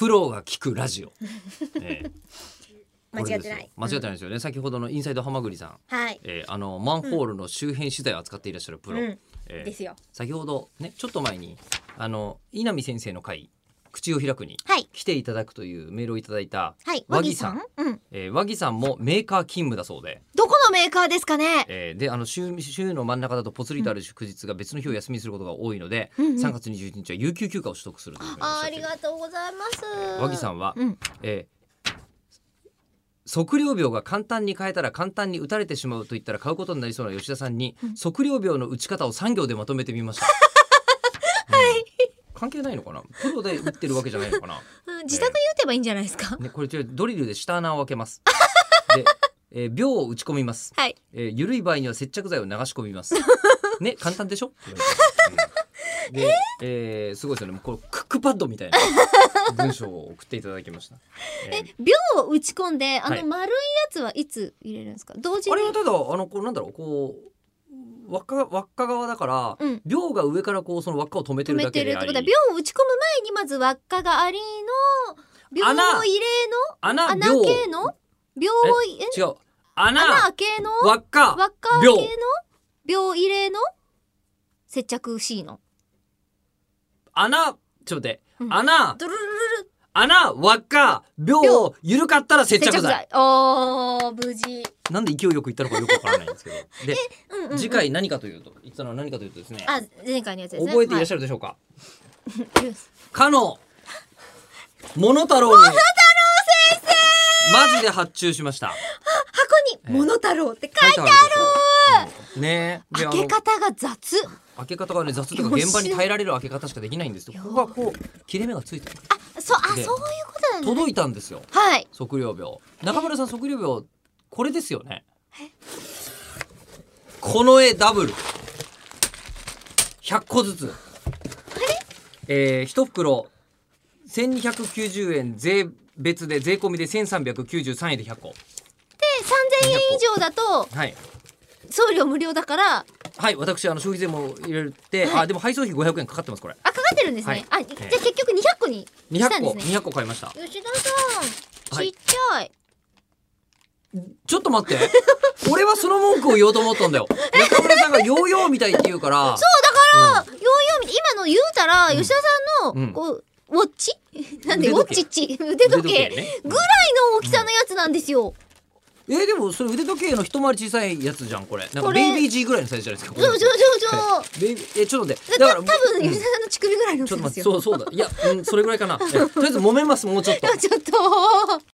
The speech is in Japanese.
プロが聞くラジオ、 間違ってない。 間違ってないですよね、先ほどのインサイドハマグリさん、 はい。 マンホールの周辺資材を扱っていらっしゃるプロ、 ですよ。 先ほどねちょっと前に稲見先生の会口を開くにはい。 来ていただくというメールをいただいたはい。 和木さん、和木さんもメーカー勤務だそうで、 どこのメーカーですかね。 で週の真ん中だとぽつりとある祝日が別の日を休みすることが多いので、 うんうん 3月21日は有給休暇を取得するというふうにおっしゃっている。 ありがとうございます。 和木さんは、測量病が簡単に変えたら簡単に打たれてしまうと言ったら買うことになりそうな吉田さんに、測量病の打ち方を3行でまとめてみました。関係ないのかな、プロで打ってるわけじゃないのかな、 自宅に打てばいいんじゃないですか。 これドリルで下穴を開けますで、秒を打ち込みます、 はい。 緩い場合には接着剤を流し込みますね、簡単でしょ、で、すごいですよね、このクックパッドみたいな文章を送っていただきました。 秒を打ち込んで丸いやつはいつ入れるんですか。同時に。 あれはただこうなんだろう、こう輪っか側だから、秒が上からこうその輪っかを止めてるだけであり、 秒を打ち込む前にまず輪っかがありの秒入れの穴系の秒違う穴開けの輪っか系の秒入れの接着 C の穴、ちょっと待って、 ドルルルル穴輪っか秒緩かったら接着剤。 無事。 なんで勢いよく言ったのかよくわからないんですけど。で、次回何かというと言ったのは何かというとですね。 前回のやつですね。 覚えていらっしゃるでしょうか。かのモノタロウに。 モノタロウ先生。 マジで発注しました。 箱にモノタロウって書いてある。 ね。 開け方が雑。 開け方がね雑というか現場に耐えられる開け方しかできないんですよ。ここがこう切れ目がついてる。 そういうことなんですね。 届いたんですよ。 はい。 測量病。中村さん測量病これですよね。この絵ダブル。100個ずつ。1袋1290円税別で税込みで1393円で100個。で 3000円以上だと送料無料だから。 はい、私消費税も入れて、でも配送費500円かかってますこれ。 かかってるんですね。じゃあ結局200個にしたんですね。 200個買いました。 吉田さん、ちっちゃい。 ちょっと待って。俺はその文句を言おうと思ったんだよ。中村さんがヨーヨーみたいって言うから。 そうだから、ヨーヨーみたい今の言うたら吉田さんのこうウォッチなんでウォッチっち腕時計ぐらいの大きさのやつなんですよ。 でもそれ腕時計の一回り小さいやつじゃんこれ。なんかベイビー G ぐらいのサイズじゃないですか。 ちょちょっと待って。 だから多分吉田さんの乳首ぐらいのちょっと待って、そうだ。いや、それぐらいかな。とりあえず揉めますもうちょっと。 ちょっと。